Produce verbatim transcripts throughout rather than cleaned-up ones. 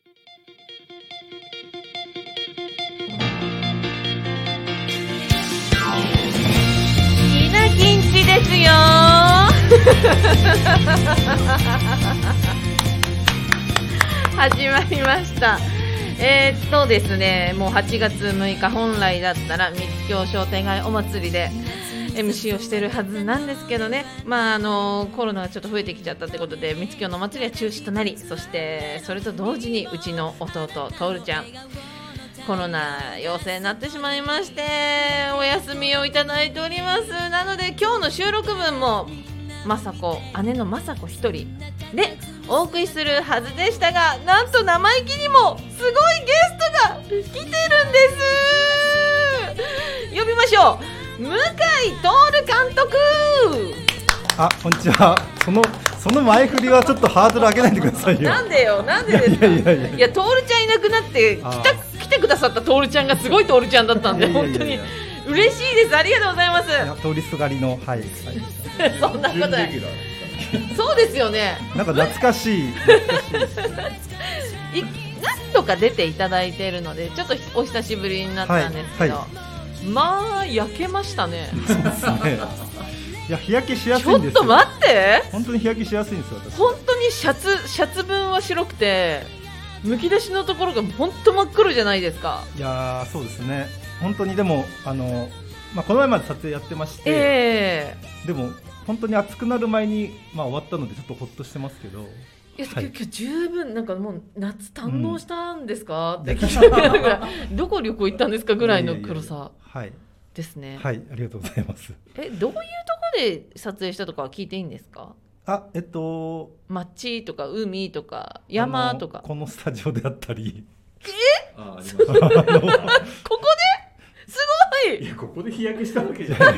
稲きんちですよ始まりました。えー、っとですねもうはちがつむいか本来だったら三つ京商店街お祭りで エムシー をしてるはずなんですけどね、まああのコロナがちょっと増えてきちゃったってことで三つ京のお祭りは中止となり、そしてそれと同時にうちの弟徹ちゃんコロナ陽性になってしまいましてお休みをいただいております。なので今日の収録分も雅子姉の雅子一人でお送りするはずでしたが、なんと生意気にもすごいゲストが来てるんです。呼びましょう、向井徹監督。 あ、こんにちは。そのその前振りはちょっとハードル上げないでくださいよ。 なんでよ、なんでですか。いやいやいやいや、いや徹ちゃんいなくなって来た来てくださった徹ちゃんがすごい徹ちゃんだったんで本当に嬉しいです。ありがとうございます。 通りすがりの、はい、はい、 そんなことない。そうですよね。 なんか懐かしい。い何度か出ていただいているのでちょっとお久しぶりになったんですけど、はいはい、まあ焼けましたね。 そうですね。いや日焼けしやすいんですよ。 ちょっと待って。 本当に日焼けしやすいんですよ。私本当にシャツシャツ分は白くてむき出しのところが本当真っ黒じゃないですか。 いやそうですね。本当にでもあの、まあ、この前まで撮影やってまして、 えー、 でも本当に暑くなる前に、まあ、終わったのでちょっとほっとしてますけど。 いや、はい、今日十分なんかもう夏堪能したんですか、うん、って聞いてどこ旅行行ったんですかぐらいの黒さですね。 はい、はい、ありがとうございます。 え、どういうとこで撮影したとかは聞いていいんですか。 あ、えっと街とか海とか山とかこのスタジオであったり。 えあありましたここですごい。 いやここで日焼けしたわけじゃない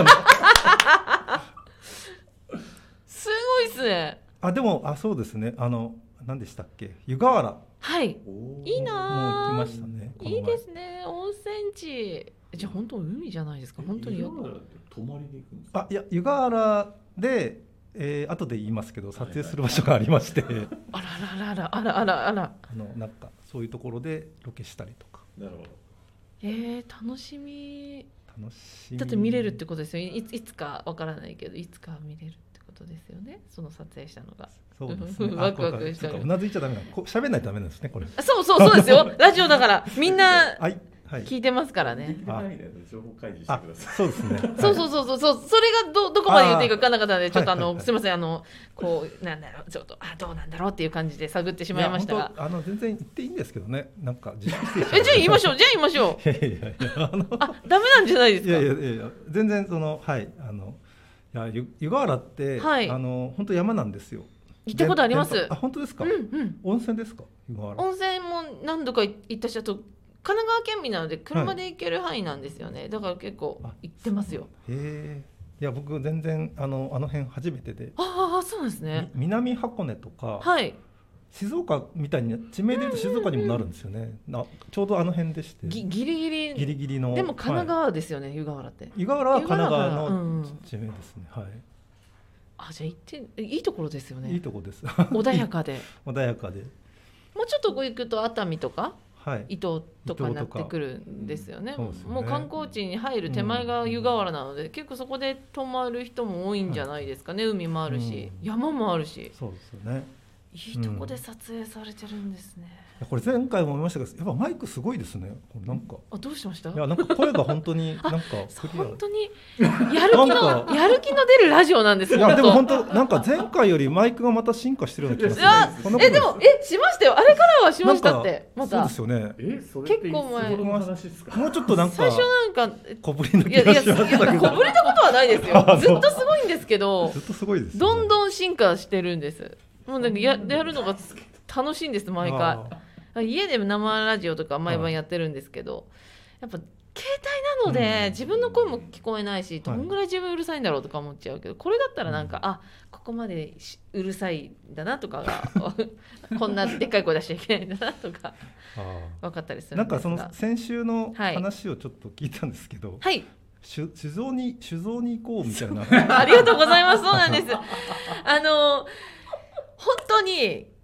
すごいっすね。 あ、でもあそうですね、あの何でしたっけ、湯河原。 はい、いいな。 もう行きましたね。 いいですね、温泉地。じゃあ本当海じゃないですか。本当によく。 湯河原って泊まりで行くんですか。 あ、いや湯河原で、えー、後で言いますけど撮影する場所がありまして、はいはいはい、 あららららあらあらあらあのなんかそういうところでロケしたりとか。 なるほど。 えー、楽しみ。 楽しみだって見れるってことですよ。い つ, いつかわからないけどいつか見れるってことですよね。その撮影したのが。 そうですね。 ワクワクした。 うなずいちゃダメなの。喋んないとダメなんですねこれ。 そうそうそうですよ。ラジオだからみんな聞いてますからね。 あ、情報開示してください。 そうですね。 そうそうそうそうそう。それが ど, どこまで言っていいか分からなかったのでちょっとあの、はいはいはい、すみません、あのこうなんだろうちょっとあどうなんだろうっていう感じで探ってしまいましたが。 あの全然言っていいんですけどね。なんか自粛えじゃあ言いましょう。じゃあ言いましょう。いやいやいやあのあダメなんじゃないですか。 いやいやいや全然そのはいあのいや湯河原って、はい、あの本当山なんですよ。 行ったことあります。 あ、本当ですか。 うんうん、 温泉ですか。湯河原。 温泉も何度か行ったし、あと神奈川県民なので車で行ける範囲なんですよね、はい、だから結構行ってますよ。 へえ。いや僕全然あのあの辺初めてで。 ああそうなんですね。 南箱根とか、 はい、 静岡みたいに地名で言うと静岡にもなるんですよね、うんうんうん、なちょうどあの辺でして、 ギリギリギリギリの。 でも神奈川ですよね、はい、湯河原って。 湯河原は神奈川の地名ですね、うん、はい。 あ、じゃあ行っていいところですよね。 いいところです。 穏やかで穏やかで。 もうちょっとこう行くと熱海とか、 はい、 伊東とかになってくるんですよね。 うん、そうですね。 もう観光地に入る手前が湯河原なので、うん、結構そこで泊まる人も多いんじゃないですかね、はい、海もあるし、うん、山もあるし。 そうですよね。 いいとこで撮影されてるんですね、 うん、これ前回も思いましたけどやっぱマイクすごいですね。なんかあどうしました。 いやなんか声が本当になんか本当にやる気のやる気の出るラジオなんですよ。 いやでも本当なんか前回よりマイクがまた進化してるような気がする。 えでもえしましたよ。あれからはしましたってまた。 そうですよね。 えそれっていつ頃の話ですか。 もうちょっとなんか最初なんか小ぶりな気がしましたけど。 小ぶりなことはないですよ。ずっとすごいんですけど。 ずっとすごいです。 どんどん進化してるんです。もうなんか や, やるのが楽しいんです毎回。家で生ラジオとか毎晩やってるんですけど、やっぱ携帯なので自分の声も聞こえないし、どんぐらい自分うるさいんだろうとか思っちゃうけど、これだったらなんか、あここまでうるさいんだなとかがこんなでっかい声出しちゃいけないんだなとか分かったりするんですが、 なんかその先週の話をちょっと聞いたんですけど、 はい、 酒造に酒造に行こうみたいなありがとうございます。そうなんです。あの本当に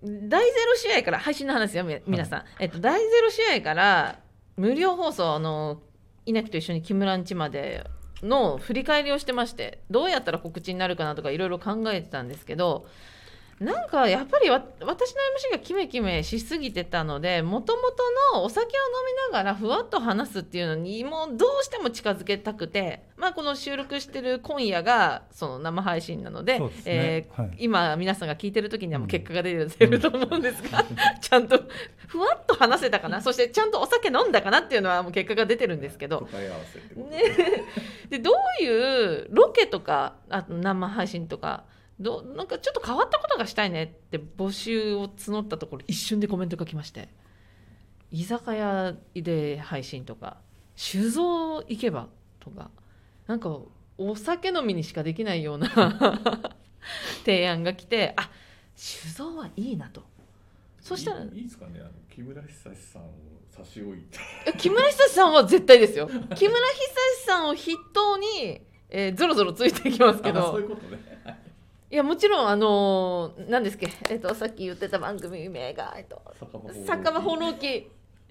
大ゼロ試合から配信の話ですよ皆さん、はい、えっと、大ゼロ試合から無料放送の稲木と一緒に木村んちまでの振り返りをしてまして、どうやったら告知になるかなとかいろいろ考えてたんですけど、なんかやっぱりわ私の エムシー がキメキメしすぎてたので、もともとのお酒を飲みながらふわっと話すっていうのにもうどうしても近づけたくて、まあ、この収録してる今夜がその生配信なので、 ねえーはい、今皆さんが聞いてる時にはもう結果が出る、うん、と思うんですがちゃんとふわっと話せたかな、そしてちゃんとお酒飲んだかなっていうのはもう結果が出てるんですけど、 答え合わせってことね、でどういうロケとかあと生配信とかどなんかちょっと変わったことがしたいねって募集を募ったところ、一瞬でコメントが来まして、居酒屋で配信とか酒造行けばとか、なんかお酒飲みにしかできないような提案が来て、あ、酒造はいいなと。そしたらいいですかね、あの木村久志さんを差し置いて木村久志さんは絶対ですよ木村久志さんを筆頭に、えー、ゾロゾロついていきますけど、 そういうことねいやもちろんあのー、何ですっけ、えっとさっき言ってた番組名が、えっと、酒場放浪記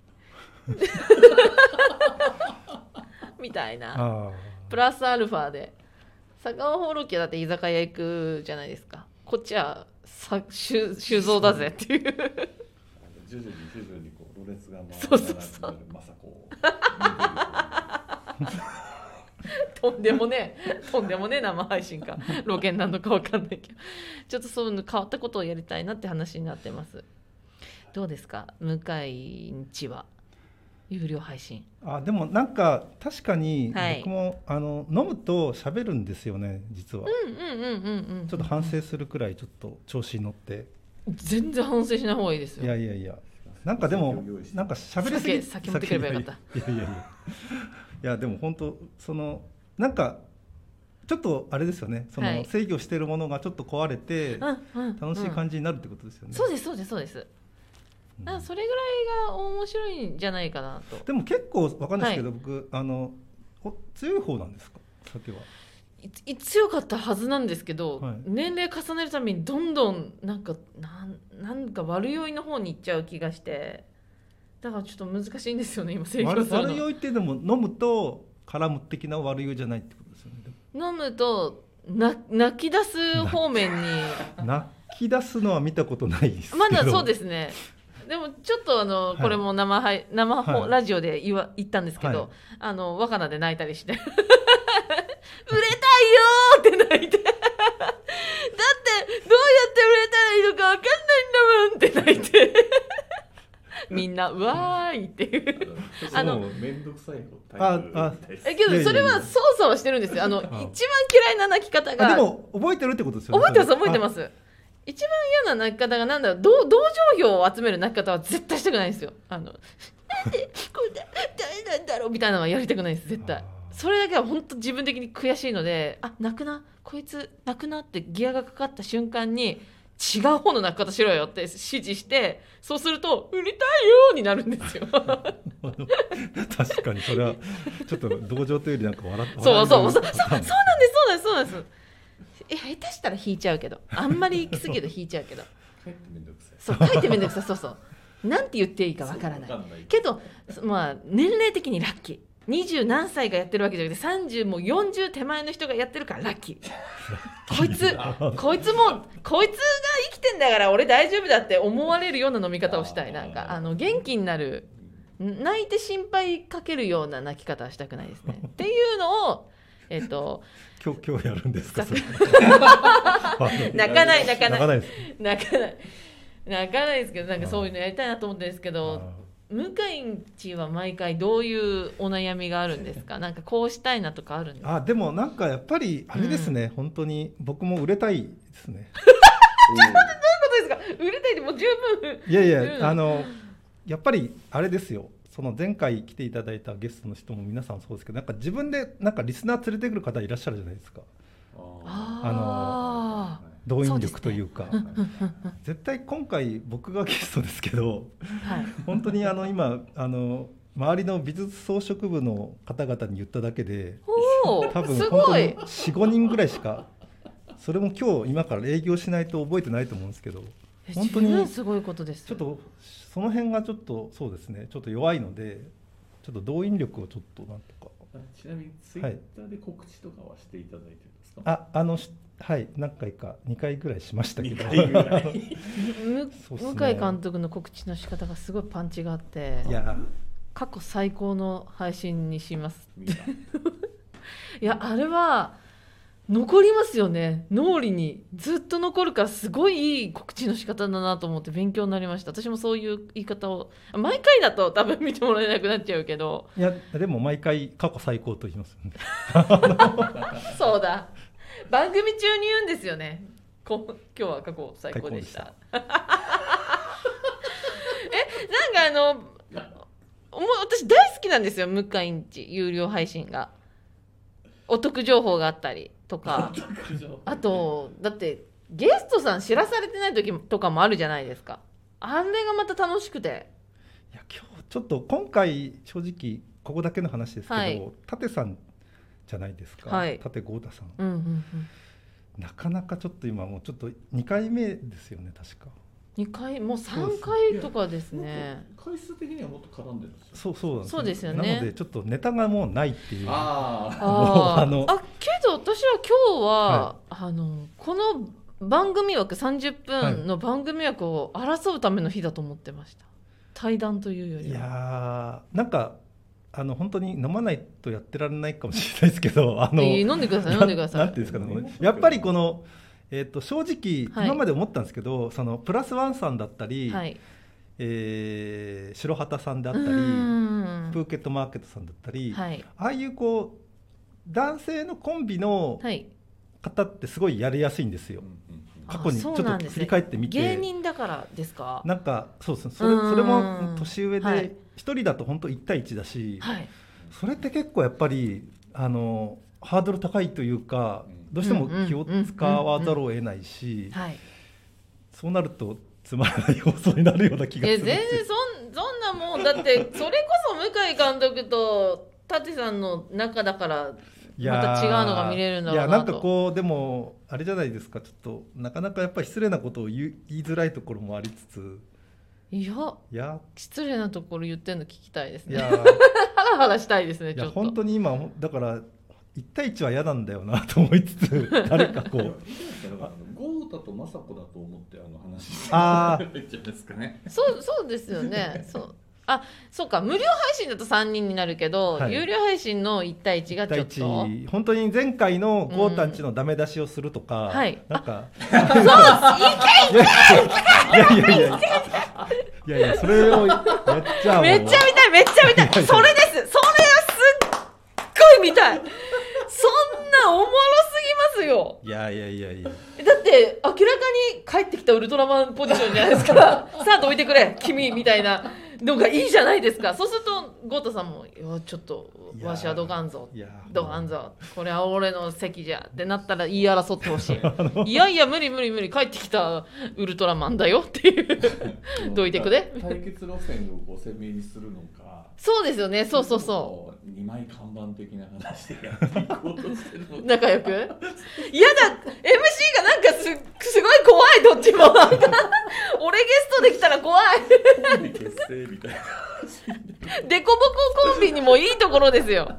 みたいなプラスアルファで、酒場放浪記はだって居酒屋行くじゃないですか、こっちはさ酒造だぜっていう徐々 に徐々にこうろれつが回そうそうそうまさことんでもねとんでもね生配信かロケなのか分かんないけど、ちょっとそういうの変わったことをやりたいなって話になってます。どうですか向井んちは有料配信。 あでもなんか確かに僕も、はい、あの飲むと喋るんですよね実は。ちょっと反省するくらいちょっと調子に乗って。 全然反省しない方がいいですよ。 いやいやいや、なんかでもなんか喋りすぎ酒持ってくればよかった。 いやいやいやいやでも本当そのなんかちょっとあれですよね、その制御しているものがちょっと壊れて楽しい感じになるってことですよね。 そうですそうですそうです。だからそれぐらいが面白いんじゃないかなと。 でも結構わかんないですけど、はい、僕あの強い方なんですか酒は。 い強かったはずなんですけど、はい、年齢重ねるたびにどんどんなんかなんなんか悪酔いの方に行っちゃう気がして、だからちょっと難しいんですよね今制御するの。 悪酔いってでも飲むと絡む的な悪酔いじゃないってことですよね。 飲むとな泣き出す方面に泣き出すのは見たことないですけど。 まだそうですね。でもちょっとあの、はい、これも生配生、はい、ラジオで言わ言ったんですけど、はい、あの若菜で泣いたりして売れたいよーって泣いてだってどうやって売れたらいいのか分かんないんだもんって泣いてみんなうわーいっていうあのめんどくさいタイプああえけどそれは操作はしてるんですよ。あの一番嫌いな泣き方が。 でも覚えてるってことですよね。 覚えてます覚えてます。一番嫌な泣き方がなんだろう、同情票を集める泣き方は絶対したくないんですよ。あのなんでこれ誰なんだろうみたいなのはやりたくないです絶対。それだけは本当自分的に悔しいので、あ泣くなこいつ泣くなってギアがかかった瞬間に違う方の泣き方しろよって指示して、そうすると売りたいよになるんですよ確かにそれはちょっと同情というよりなんか笑ってそうそうそうそうそうなんですそうなんですそうなんです。え下手したら引いちゃうけど、あんまり行き過ぎると引いちゃうけど書いてめんどくさい。 そう書いてめんどくさいそうそうなんて言っていいかわからないけど、まあ年齢的にラッキー、にじゅう何歳がやってるわけじゃなくてさんじゅうもうよんじゅう手前の人がやってるからラッキーこいつこいつもこいつが生きてんだから俺大丈夫だって思われるような飲み方をしたい。なんかあの元気になる、泣いて心配かけるような泣き方はしたくないですねっていうのをえっと今日今日やるんですか。 泣かない泣かない泣かない泣かない泣かないですけど、なんかそういうのやりたいなと思ってるんですけど、向井んちは毎回どういうお悩みがあるんですか。なんかこうしたいなとかあるんですか。 あでもなんかやっぱりあれですね、うん、本当に僕も売れたいですねちょっとどういうことですか。売れたいでも十分いやいや、うん、あのやっぱりあれですよ、その前回来ていただいたゲストの人も皆さんそうですけど、なんか自分でなんかリスナー連れてくる方いらっしゃるじゃないですか。ああの動員力というか、ね、絶対今回僕がゲストですけど、はい、本当にあの今あの周りの美術装飾部の方々に言っただけで多分本当に よん,ご 人ぐらいしか、それも今日今から営業しないと覚えてないと思うんですけど、 本当に十分すごいことです。 ちょっとその辺がちょっとそうですねちょっと弱いのでちょっと動員力をちょっとなんとか。 ちなみにツイッターで告知とかはしていただいてるんですか？ ああのはい何回かにかいぐらいしましたけどにかいぐらいむ向井監督の告知の仕方がすごいパンチがあっていや過去最高の配信にします見たいやあれは残りますよね。脳裏にずっと残るからすごいいい告知の仕方だなと思って勉強になりました。私もそういう言い方を毎回だと多分見てもらえなくなっちゃうけど、 いやでも毎回過去最高と言いますよねそうだ番組中に言うんですよね。こ今日は過去最高でした。えなんかあのもう私大好きなんですよ向井んち有料配信が。お得情報があったりとかあとだってゲストさん知らされてない時とかもあるじゃないですか。あれがまた楽しくて、 いや今日ちょっと今回正直ここだけの話ですけど、はい、舘さんじゃないですか、 はい、 舘豪太さん、 うんうんうん、 なかなかちょっと今もうちょっとにかいめですよね確か。 にかいもうさんかいとかですね。 回数的にはもっと絡んでるんですよ。 そうそうなんです、ね、 そうですよね。 なのでちょっとネタがもうないっていう。 あああのあけど私は今日は、はい、あのこの番組枠さんじゅっぷんの番組枠を争うための日だと思ってました。対談というよりは。 いやなんかあの本当に飲まないとやってられないかもしれないですけど、あの、 えー、飲んでください飲んでください。 なんていうんですかね、やっぱりこのえー、と正直、はい、今まで思ったんですけどそのプラスワンさんだったり、はいえー、白旗さんであったりプーケットマーケットさんだったり、はい、ああいうこう男性のコンビの方ってすごいやりやすいんですよ、はい、過去にちょっと振り返ってみて、 芸人だからですか。 なんかそうですね、それ、それも年上でひとりだと本当いち対いちだし、はい、それって結構やっぱりあのハードル高いというかどうしても気を使わざるを得ないし、そうなるとつまらない放送になるような気がするんですよ。 え全然そ ん, そんなもんだってそれこそ向井監督と舘さんの仲だからまた違うのが見れるんだろうなと。 いやなんかこうでもあれじゃないですか、ちょっとなかなかやっぱり失礼なことを 言, い言いづらいところもありつつ、 いやいや失礼なところ言ってんの聞きたいですね。いやハラハラしたいですね。ちょっといや本当に今だからいち対いちは嫌なんだよなと思いつつ誰かこう豪太と雅子だと思ってあの話してあですかね。 そうそうですよね。そうあそうか無料配信だとさんにんになるけど、はい、有料配信のいち対いちがちょっと本当に前回の豪太んちのダメ出しをするとか、うん、はいなんかそういけいけいやいやいやいやいやそれをやっちゃうめっちゃ見たいめっちゃ見たいそれですそれはすっごい見たいそんなおもろすぎますよ。 いやいやいやいやだって明らかに帰ってきたウルトラマンポジションじゃないですかさあどいてくれ君みたいなのがいいじゃないですか。そうすると豪太さんもちょっとわしはどがんぞどがんぞこれは俺の席じゃってなったら言い争ってほしいいやいや無理無理無理帰ってきたウルトラマンだよっていうどいてくれ対決路線をこう鮮明にするのか。 そうですよね。そうそうそうにまい看板的な話でやっていこうとしてるの仲良くいやだ エムシー がなんか す, すごい怖いどっちもなんか俺ゲストできたら怖いコンビ結成みたいなデコボココンビにもいいところですよ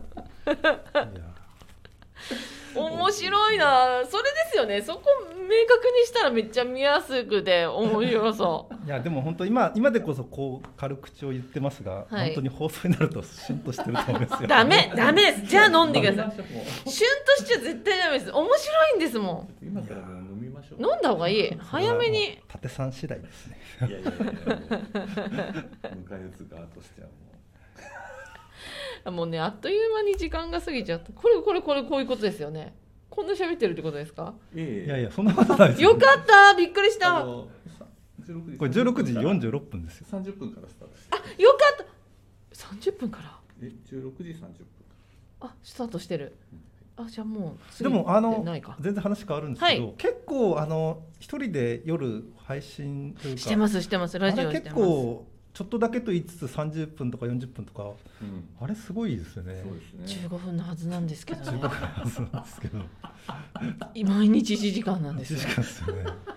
面白いな。それですよね。そこ明確にしたらめっちゃ見やすくて面白そういやでも本当 今, 今でこそこう軽口を言ってますが、はい、本当に放送になるとシュンとしてると思うんですよダメダメです。じゃあ飲んでくださいシュンとしちゃ絶対ダメです。面白いんですもん。 今から飲みましょう。 飲んだ方がいい。早めに舘さん次第ですねいやいやいや迎え撃つ側としてはもうもうねあっという間に時間が過ぎちゃった。これこれこれこういうことですよね。こんな喋ってるってことですか。 いやいやそんなことないですよ。よかったびっくりした。 これじゅうろくじよんじゅうろっぷんですよ。 さんじゅっぷんからスタートして。 あよかったさんじゅっぷんからえじゅうろくじさんじゅっぷんあスタートしてる。あじゃあもうでもあの全然話変わるんですけど、はい、結構あの一人で夜配信というかしてますしてますラジオしてます。 結構ちょっとだけと言いつつさんじゅっぷんとかよんじゅっぷんとか、うん、あれすごいですよね。 そうですね。 じゅうごふんのはずなんですけど、ね、 じゅうごふんのはずなんですけど毎日いちじかんなんですよ。 いちじかんですよね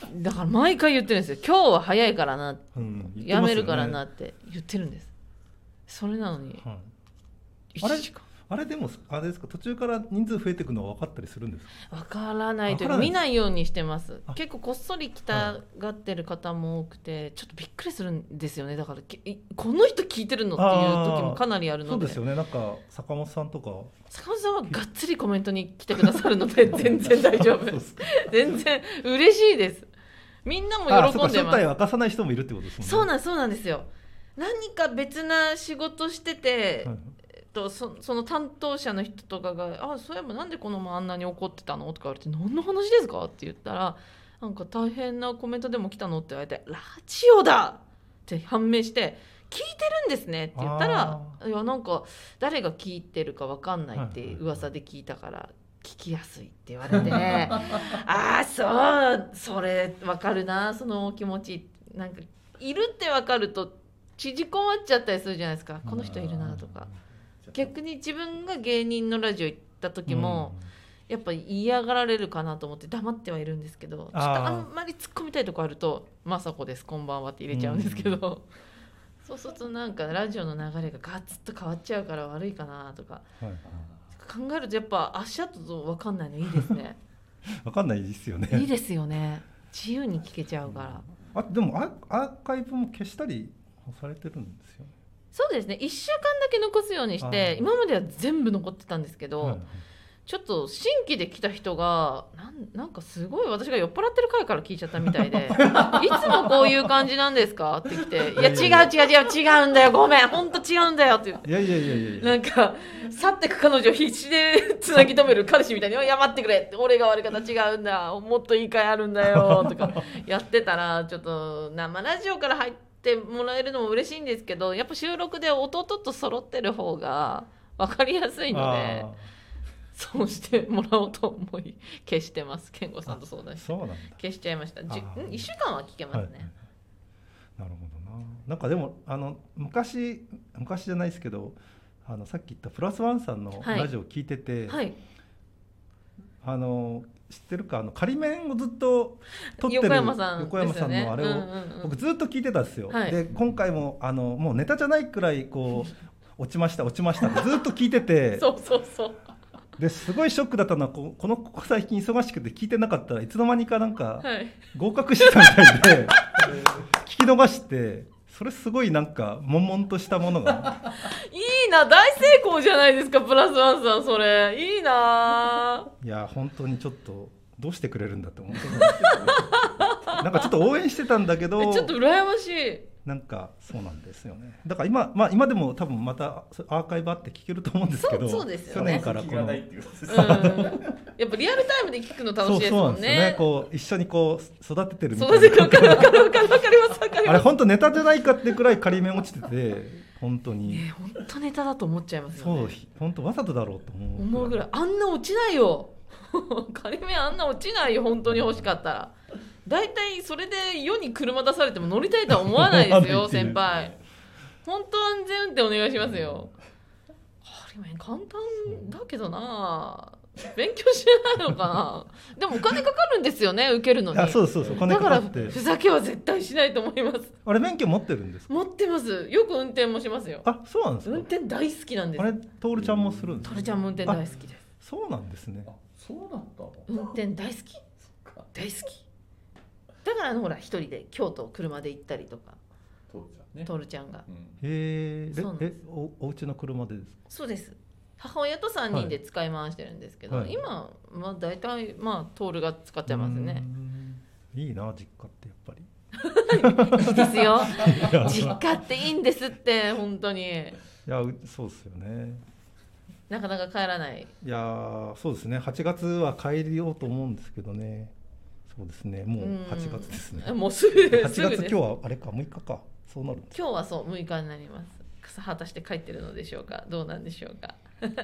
だから毎回言ってるんですよ。今日は早いからな、 うん、言ってやますよねめるからなって言ってるんです。それなのに、 はい、 いちじかんあれでもあれですか、途中から人数増えていくのは分かったりするんですか？ わからないというか、見ないようにしてます。結構こっそり来たがってる方も多くて、ちょっとびっくりするんですよね。だからこの人聞いてるのっていう時もかなりあるので。 そうですよね。なんか坂本さんとか坂本さんはがっつりコメントに来てくださるので全然大丈夫全然嬉しいです。みんなも喜んでます。 正体を明かさない人もいるってことですもんね。 そうなんそうなんですよ。何か別な仕事してて、はい、と そ, その担当者の人とかがあそういえばなんでこのままあんなに怒ってたのとか言われて何の話ですかって言ったらなんか大変なコメントでも来たのって言われてラジオだって判明して聞いてるんですねって言ったらいやなんか誰が聞いてるか分かんないって噂で聞いたから聞きやすいって言われてああそうそれ分かるなその気持ちなんかいるって分かると縮こまっちゃったりするじゃないですかこの人いるなとか。逆に自分が芸人のラジオ行った時も、うん、やっぱり嫌がられるかなと思って黙ってはいるんですけどちょっとあんまり突っ込みたいとこあると雅子ですこんばんはって入れちゃうんですけど、うん、そうするとなんかラジオの流れがガツッと変わっちゃうから悪いかなとか、はい、考えるとやっぱ足跡と分かんないのいいですね分かんないですよね。 いいですよね自由に聞けちゃうから、 うん、あでもアーカイブも消したりされてるんですよね。 そうですねいっしゅうかんだけ残すようにして今までは全部残ってたんですけど、はい、ちょっと新規で来た人がな ん, なんかすごい私が酔っ払ってる回から聞いちゃったみたいでいつもこういう感じなんですかって来ていや違う違う違う違うんだよごめんほんと違うんだよって言っていやいやいやいやなんか去ってく彼女を必死でつなぎ止める彼氏みたいにいや待ってくれって俺が悪い方違うんだもっといい回あるんだよとかやってたらちょっと生ラジオから入ってってもらえるのも嬉しいんですけどやっぱ収録で弟と揃ってる方が分かりやすいのでそうしてもらおうと思い消してます。健吾さんと相談して消しちゃいました。いっしゅうかんは聞けますね、はい、 なるほどな。なんかでもあの昔昔じゃないですけどあのさっき言ったプラスワンさんのラジオを聞いてて、はいはい、あの知ってるかあの仮面をずっと撮ってる横山さん、横山さんのあれを、うんうんうん、僕ずっと聞いてたんですよ、はい、で今回もあのもうネタじゃないくらいこう落ちました落ちましたってずっと聞いててそうそうそうですごいショックだったのはここのここ最近忙しくて聞いてなかったらいつの間にかなんか合格してたみたいで、はい、聞き逃してそれすごいなんか悶々としたものがいいな大成功じゃないですかプラスワンさんそれいいないや本当にちょっとどうしてくれるんだって思ってなんかちょっと応援してたんだけどちょっと羨ましいなんかそうなんですよね。だから今、まあ、今でも多分またアーカイブあって聞けると思うんですけどそ, そうですよ、ね、 去年からこの、うん、やっぱリアルタイムで聞くの楽しいですもんね。そうそうなんですよね。こう一緒にこう育ててるみたいな育ててる分かる分かる分かる分かります分かりますあれ本当ネタじゃないかってくらい仮面落ちてて本当に、 ね、本当ネタだと思っちゃいますよね。 そう本当わざとだろうと思う思うぐらいあんな落ちないよ仮面あんな落ちないよ本当に欲しかったらだいたいそれで世に車出されても乗りたいとは思わないですよ先輩本当安全運転お願いしますよ。仮面簡単だけどな勉強しないのかなでもお金かかるんですよね受けるのに。 あそうそうそうお金かかってだからふざけは絶対しないと思います。 あれ免許持ってるんですか？ 持ってますよく運転もしますよ。 あそうなんですか。 運転大好きなんです。 あれトールちゃんもするんですか？ トールちゃんも運転大好きです。 そうなんですね。 そうだったの。 運転大好き大好きだからほら一人で京都車で行ったりとかトールちゃんが、うん、 へえおお家の車でですか？ そうです母親とさんにんで使い回してるんですけど、はい、今はだいたいまあトールが使っちゃいますね。 いいな実家ってやっぱりいいですよ実家っていいんですって本当に。いやそうですよね。 なかなか帰らない。 いやそうですねはちがつは帰りようと思うんですけどね。そうですねもうはちがつですね。 もうすぐです。 はちがつ今日はあれかむいかかそうなるんです。 今日はそうむいかになります。果たして帰ってるのでしょうかどうなんでしょうか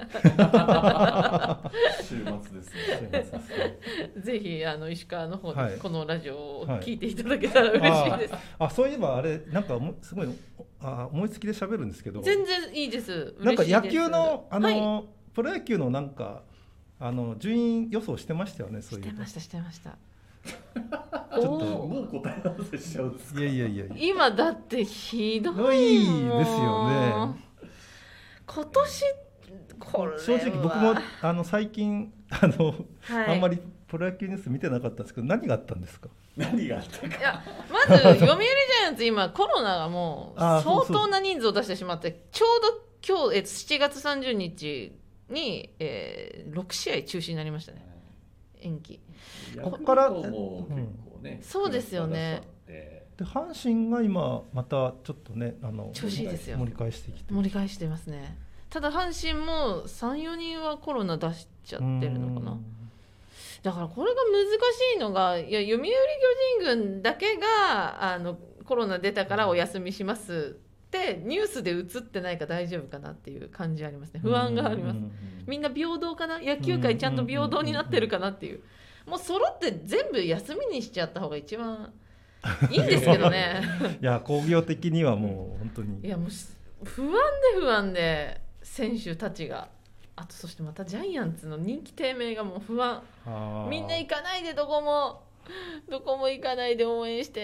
週末ですね。 ぜひあの石川の方はい、 でこのラジオを聞いていただけたら嬉しいです。 はい、あ, あそういえばあれなんかすごいあ思いつきで喋るんですけど全然いいです。 なんか野球のあの、はい、プロ野球のなんかあの順位予想してましたよね。そういうしてましたしてました。 ちょっともう答え合わせしちゃうんですか。 いやいやいやいや今だってひどいもんひどいですよね。 今年これは正直僕もあの最近あの、 はい、 あんまりプロ野球ニュース見てなかったんですけど、何があったんですか。 何があったか。 いやまず読売ジャイアンツ今コロナがもうあ相当な人数を出してしまって、ちょうど今日えしちがつさんじゅうにちに、えー、ろくしあい中止になりましたね。延期。 ここからもう結構ね、 うん、そうですよね。 で阪神が今またちょっとねあの調子いいですよ。 盛り返してきて盛り返してますね。ただ阪神も さん,よ 人はコロナ出しちゃってるのかな。だからこれが難しいのが、いや読売巨人軍だけがあのコロナ出たからお休みしますってニュースで映ってないか大丈夫かなっていう感じありますね。不安があります。みんな平等かな、野球界ちゃんと平等になってるかなっていう、もう揃って全部休みにしちゃった方が一番いいんですけどねいや工業的にはもう本当にいやもう不安で不安で選手たちが、あとそしてまたジャイアンツの人気低迷がもう不安。みんな行かないで、どこもどこも行かないで応援して。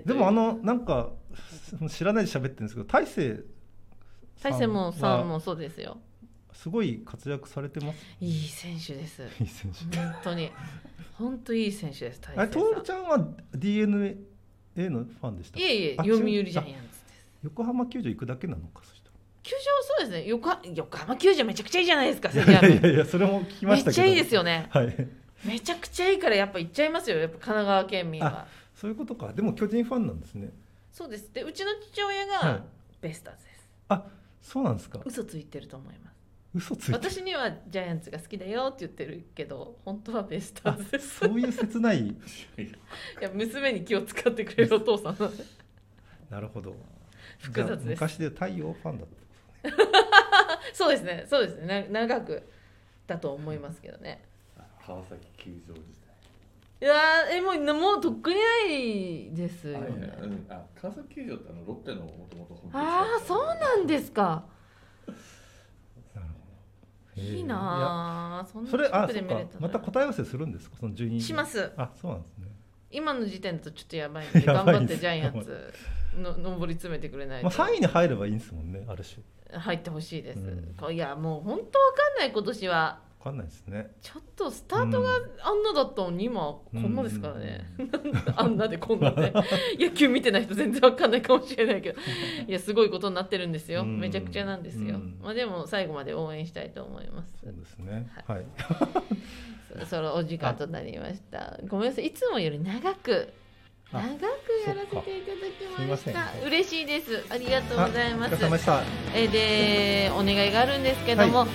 でもあのなんか知らないで喋ってるんですけど、大勢大勢もさんもそうですよ。 すごい活躍されてます。 いい選手です。 いい選手。 本当に本当いい選手です。大勢さん。 あれ、トールちゃんは ディーエヌエー のファンでした。 いえいえ、読売ジャイアンツです。 横浜球場行くだけなのか、そしたら。 球場そうですね。横横浜球場めちゃくちゃいいじゃないですか。 いやいやいや、それも聞きましたけど。 めっちゃいいですよね。 はい。 めちゃくちゃいいからやっぱ行っちゃいますよ。やっぱ神奈川県民は。 そういうことか。でも巨人ファンなんですね。 そうです。でうちの父親がベイスターズです。 はい、あ、そうなんですか。 嘘ついてると思います。 嘘ついてる。 私にはジャイアンツが好きだよって言ってるけど、本当はベイスターズです。 そういう切ない。いや娘に気を使ってくれるお父さんなので。 なるほど。 複雑です。 昔で太陽ファンだった。 そうですね、そうですね、長くだと思いますけどね。 川崎球場自体。いやえもうもうとっくにないですよね。 あ、うん、あ川崎球場ってあのロッテのもともと本拠地。 ああ、そうなんですか。 なるほど。 いいなあ。そんなそれあ近くで見れた。 また答え合わせするんですか、そのじゅうににん。 します。 あ、そうなんですね。 今の時点だとちょっとやばいので頑張ってジャイアンツの上り詰めてくれないと。 まあさんいに入ればいいんですもんね、ある種。 入ってほしいです、 うん、 いやもう本当わかんない今年は。 わかんないですね。 ちょっとスタートがあんなだったのに今こんなですからね、うん、あんなでこんなで野球見てない人全然わかんないかもしれないけどいやすごいことになってるんですよ、うん、めちゃくちゃなんですよ、うん、まあ、でも最後まで応援したいと思います。 そうですね、はい、はい、 そ, そのお時間となりました。ごめんなさい、いつもより長く長くやらせていただきました。嬉しいです。ありがとうございます。 お疲れ様でした。 えでお願いがあるんですけども、はい、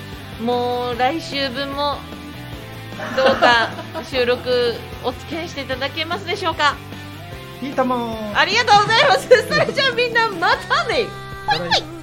もう来週分もどうか収録お付き合いしていただけますでしょうか。 いいとも。 ありがとうございます。それじゃあみんなまたね。バイバイ。